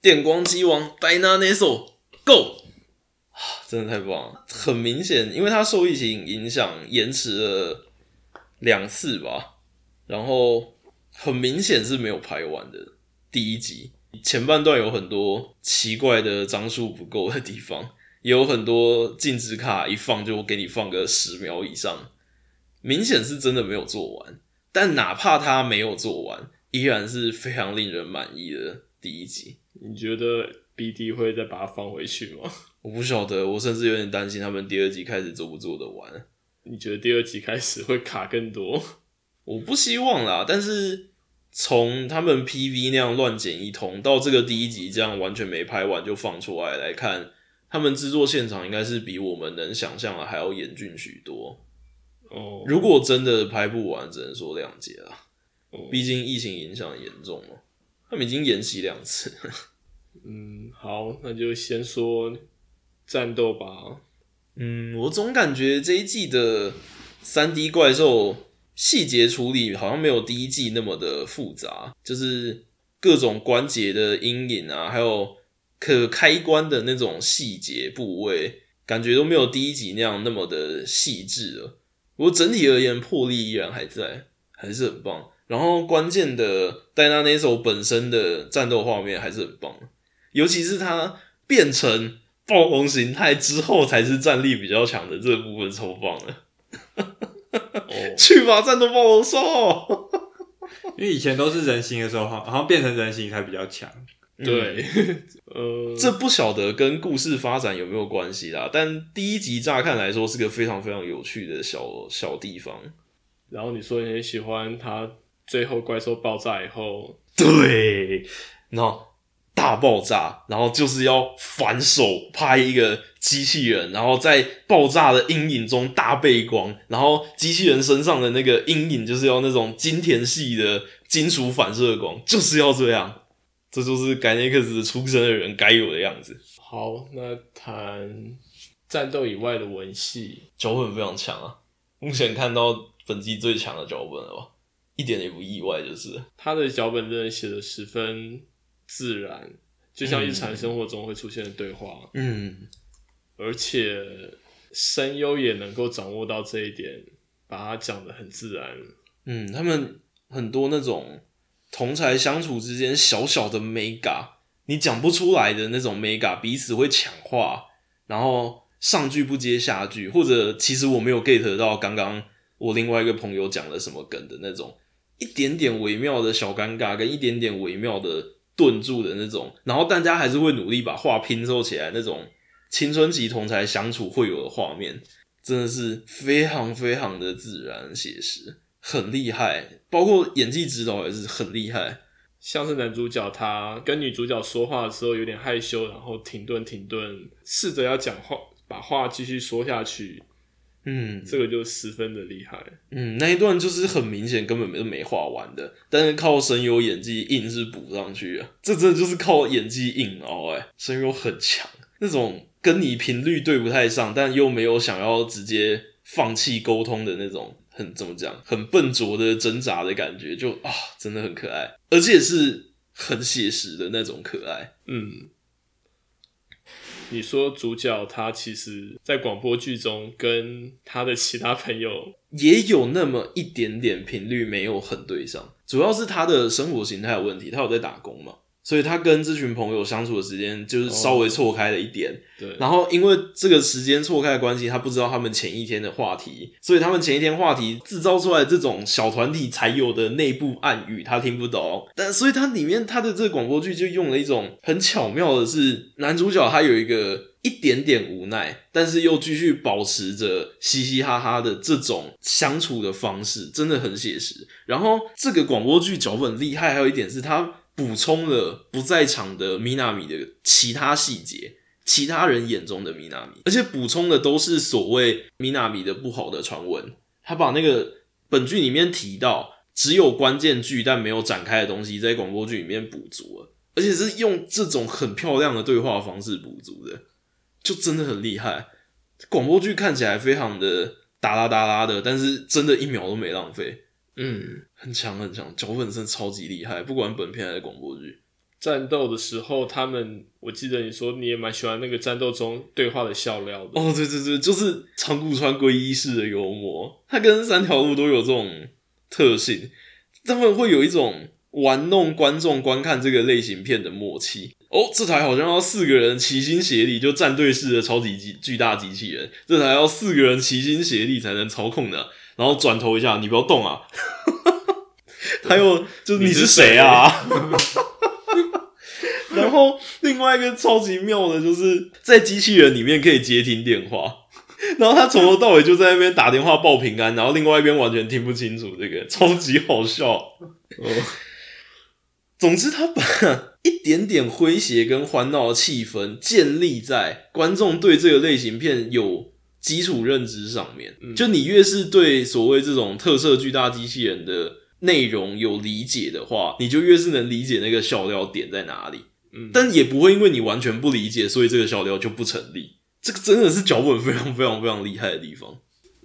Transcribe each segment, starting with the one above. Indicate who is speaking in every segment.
Speaker 1: 电光机王 Dynaneso Go， 真的太棒了！很明显，因为它受疫情影响，延迟了2次吧，然后很明显是没有拍完的第一集。前半段有很多奇怪的张数不够的地方，也有很多静止卡一放就给你放个10秒以上，明显是真的没有做完。但哪怕他没有做完，依然是非常令人满意的第一集。
Speaker 2: 你觉得 BD 会再把它放回去吗？
Speaker 1: 我不晓得，我甚至有点担心他们第2集开始做不做得完。
Speaker 2: 你觉得第2集开始会卡更多？
Speaker 1: 我不希望啦，但是从他们 PV 那样乱剪一通，到这个第1集这样完全没拍完就放出来看，他们制作现场应该是比我们能想象的还要严峻许多。如果真的拍不完，只能说谅解啦。毕竟疫情影响严重了，他们已经延期2次。
Speaker 2: 好，那就先说战斗吧。
Speaker 1: 我总感觉这一季的 3D 怪兽细节处理好像没有第1季那么的复杂，就是各种关节的阴影啊，还有可开关的那种细节部位，感觉都没有第1集那样那么的细致了。不过整体而言，魄力依然还在，还是很棒。然后关键的 Dynaneso 本身的战斗画面还是很棒，尤其是它变成暴龙形态之后才是战力比较强的这个部分，超棒的。去吧，战斗暴龙兽！
Speaker 3: 因为以前都是人形的时候，好像变成人形才比较强。
Speaker 2: 对，
Speaker 1: 这不晓得跟故事发展有没有关系啦，但第1集乍看来说是个非常非常有趣的小地方。
Speaker 2: 然后你说你很喜欢他最后怪兽爆炸以后，
Speaker 1: 对，然后大爆炸，然后就是要反手拍一个机器人，然后在爆炸的阴影中大背光，然后机器人身上的那个阴影就是要那种金田系的金属反射光，就是要这样。这就是盖内克斯出身的人该有的样子。
Speaker 2: 好，那谈战斗以外的文戏，
Speaker 1: 脚本非常强啊，目前看到本季最强的脚本了吧，一点也不意外，就是
Speaker 2: 他的脚本真的写得十分自然，就像日常生活中会出现的对话。而且声优也能够掌握到这一点，把它讲得很自然。
Speaker 1: 他们很多那种同才相处之间小小的 mega， 你讲不出来的那种 mega， 彼此会抢话，然后上句不接下句，或者其实我没有 get 到刚刚我另外一个朋友讲了什么梗的那种一点点微妙的小尴尬，跟一点点微妙的顿住的那种，然后大家还是会努力把话拼凑起来，那种青春期同才相处会有的画面，真的是非常非常的自然写实，很厉害，包括演技指导也是很厉害。
Speaker 2: 像是男主角他跟女主角说话的时候有点害羞，然后停顿，试着要讲话，把话继续说下去。这个就十分的厉害。
Speaker 1: 那一段就是很明显根本就没画完的，但是靠声优演技硬是补上去了，这真的就是靠演技硬熬声优很强，那种跟你频率对不太上，但又没有想要直接放弃沟通的那种怎么讲，很笨拙的挣扎的感觉，就真的很可爱，而且是很写实的那种可爱。
Speaker 2: 你说主角他其实在广播剧中跟他的其他朋友
Speaker 1: 也有那么一点点频率没有很对上，主要是他的生活形态有问题，他有在打工嘛，所以他跟这群朋友相处的时间就是稍微错开了一点。
Speaker 2: 对，
Speaker 1: 然后因为这个时间错开的关系，他不知道他们前一天的话题，所以他们前一天话题制造出来这种小团体才有的内部暗语他听不懂，但所以他里面他的这个广播剧就用了一种很巧妙的是，男主角他有一个一点点无奈，但是又继续保持着嘻嘻哈哈的这种相处的方式，真的很写实。然后这个广播剧脚本厉害还有一点是他补充了不在场的米娜米的其他细节，其他人眼中的米娜米，而且补充的都是所谓米娜米的不好的传闻。他把那个本剧里面提到只有关键句但没有展开的东西在广播剧里面补足了，而且是用这种很漂亮的对话方式补足的，就真的很厉害。广播剧看起来非常的哒啦哒啦的，但是真的一秒都没浪费。很强很强，脚本真的超级厉害，不管本片还是广播剧。
Speaker 2: 战斗的时候，我记得你说你也蛮喜欢那个战斗中对话的笑料的。
Speaker 1: 哦，对对对，就是长谷川圭一式的幽默，他跟三条悟都有这种特性，他们会有一种玩弄观众观看这个类型片的默契。哦，这台好像要4个人齐心协力，就战队式的超级巨大机器人，这台要4个人齐心协力才能操控的。然后转头一下，你不要动啊！还有就是你是谁啊？然后另外一个超级妙的就是在机器人里面可以接听电话，然后他从头到尾就在那边打电话报平安，然后另外一边完全听不清楚，这个超级好笑。总之他把一点点诙谐跟欢闹的气氛建立在观众对这个类型片有基础认知上面，就你越是对所谓这种特摄巨大机器人的内容有理解的话，你就越是能理解那个笑料点在哪里。但也不会因为你完全不理解，所以这个笑料就不成立。这个真的是脚本非常非常非常厉害的地方。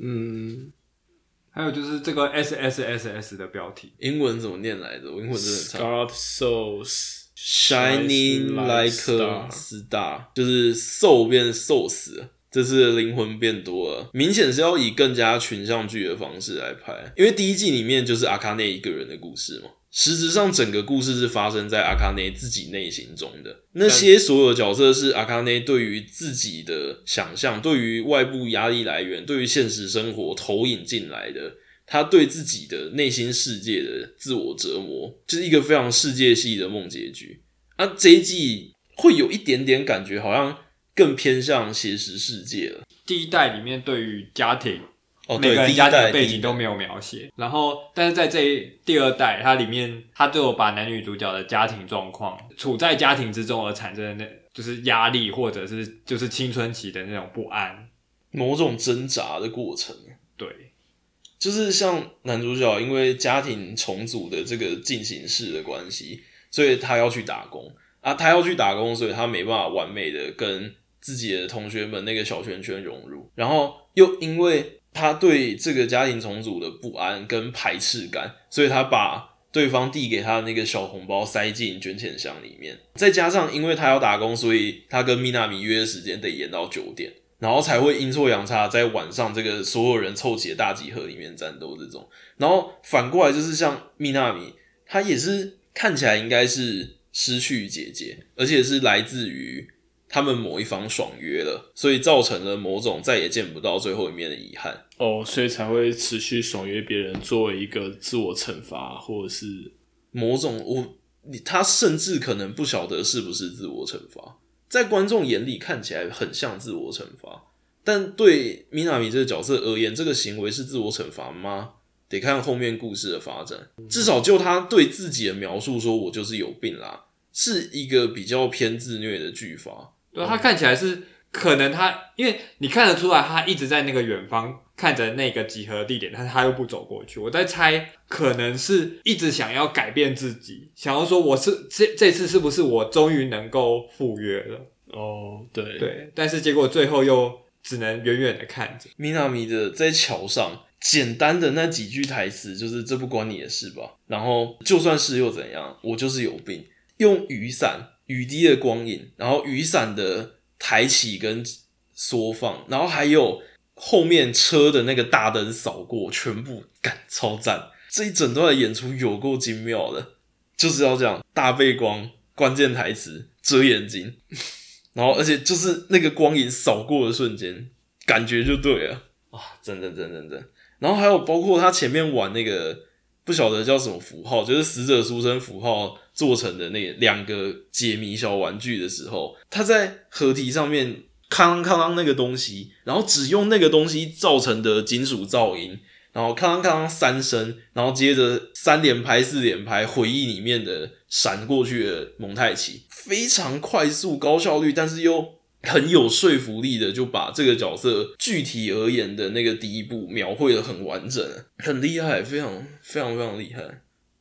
Speaker 3: 还有就是这个 SSSS 的标题，
Speaker 1: 英文怎么念来着？我英文真的差。
Speaker 2: Scarlet Souls
Speaker 1: Shining like a star， 就是 soul 变 souls 了。这次灵魂变多了，明显是要以更加群像剧的方式来拍，因为第一季里面就是阿卡内一个人的故事嘛，实质上整个故事是发生在阿卡内自己内心中的，那些所有的角色是阿卡内对于自己的想象，对于外部压力来源，对于现实生活投影进来的，他对自己的内心世界的自我折磨，就是一个非常世界系的梦结局。这一季会有一点点感觉好像更偏向写实世界了。
Speaker 3: 第一代里面对于家庭，
Speaker 1: 每个
Speaker 3: 人家庭的背景都没有描写，然后但是在第二代，它里面它就有把男女主角的家庭状况，处在家庭之中而产生的就是压力，或者是就是青春期的那种不安，
Speaker 1: 某种挣扎的过程。
Speaker 3: 对，
Speaker 1: 就是像男主角因为家庭重组的这个进行式的关系，所以他要去打工他要去打工，所以他没办法完美的跟自己的同学们那个小圈圈融入，然后又因为他对这个家庭重组的不安跟排斥感，所以他把对方递给他的那个小红包塞进卷钱箱里面，再加上因为他要打工，所以他跟米娜米约的时间得延到9点，然后才会阴错阳差在晚上这个所有人凑齐的大集合里面战斗这种。然后反过来就是像米娜米，他也是看起来应该是失去姐姐，而且是来自于他们某一方爽约了，所以造成了某种再也见不到最后一面的遗憾。
Speaker 2: 所以才会持续爽约别人，作为一个自我惩罚，或者是
Speaker 1: 某种他甚至可能不晓得是不是自我惩罚，在观众眼里看起来很像自我惩罚，但对米娜米这个角色而言，这个行为是自我惩罚吗？得看后面故事的发展。至少就他对自己的描述说我就是有病啦，是一个比较偏自虐的句法。
Speaker 3: 对，他看起来是可能因为你看得出来他一直在那个远方看着那个集合地点，但是他又不走过去。我在猜可能是一直想要改变自己，想要说我是这次是不是我终于能够赴约了。对，但是结果最后又只能远远的看着。
Speaker 1: 米娜米的在桥上简单的那几句台词，就是这不关你的事吧，然后就算是又怎样，我就是有病。用雨伞雨滴的光影，然后雨伞的抬起跟缩放，然后还有后面车的那个大灯扫过，全部超赞。这一整段的演出有够精妙的，就是要这样大背光，关键台词遮眼睛，然后而且就是那个光影扫过的瞬间，感觉就对了真的。然后还有包括他前面玩那个不晓得叫什么符号，就是死者书生符号做成的那2个解谜小玩具的时候，他在合体上面康康那个东西，然后只用那个东西造成的金属噪音，然后康康3声，然后接着3连拍4连拍回忆里面的闪过去的蒙太奇，非常快速高效率，但是又很有说服力的就把这个角色具体而言的那个第一步描绘得很完整，很厉害，非常非常非常厉害。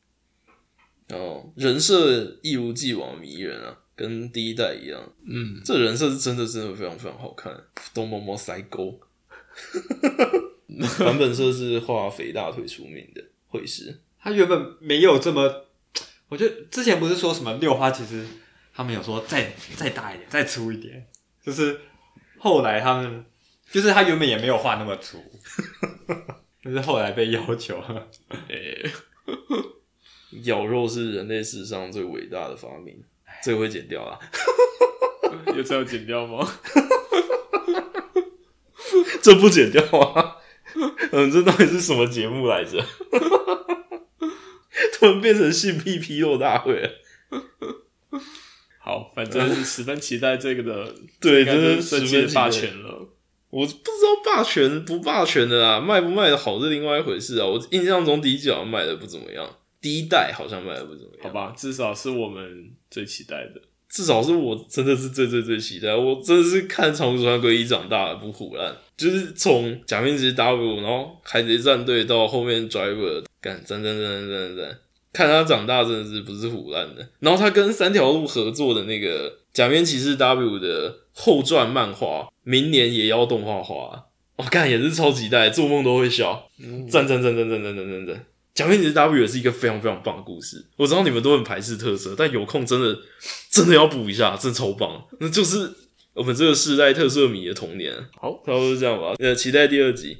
Speaker 1: 人设一如既往迷人跟第一代一样。这人设是真的非常非常好看，东摸摸塞沟。坂本社是画肥大腿出名的绘师，
Speaker 3: 他原本没有这么， 我觉得之前不是说什么6话，其实他们有说再大一点，再粗一点，就是后来他们就是他原本也没有画那么粗，就是后来被要求了。
Speaker 1: 咬肉是人类史上最伟大的发明，这个会剪掉啦。
Speaker 2: 有这要剪掉吗？
Speaker 1: 这不剪掉啊？这到底是什么节目来着？突然变成性癖披露大会了。
Speaker 2: 好，反正十分期待这个的，
Speaker 1: 对，真的
Speaker 2: 设计的霸权了。
Speaker 1: 我不知道霸权不霸权的啦，卖不卖的好是另外一回事啊。我印象中第一季好像卖的不怎么样，第一代好像卖的不怎么样。
Speaker 2: 好吧，至少是我们最期待的。
Speaker 1: 至少是我真的是最期待，我真的是看长谷川圭一长大的不唬烂，就是从假面骑士 W， 然后海贼战队到后面 Driver， 干赞，看他长大真的是不是唬烂的。然后他跟3条路合作的那个假面骑士 W 的后传漫画，明年也要动画化，我干也是超期待，做梦都会笑，赞。假面骑士 W 也是一个非常非常棒的故事，我知道你们都很排斥特色，但有空真的要补一下，真的超棒，那就是我们这个世代特色迷的童年。好，差不多是这样吧。期待第2集。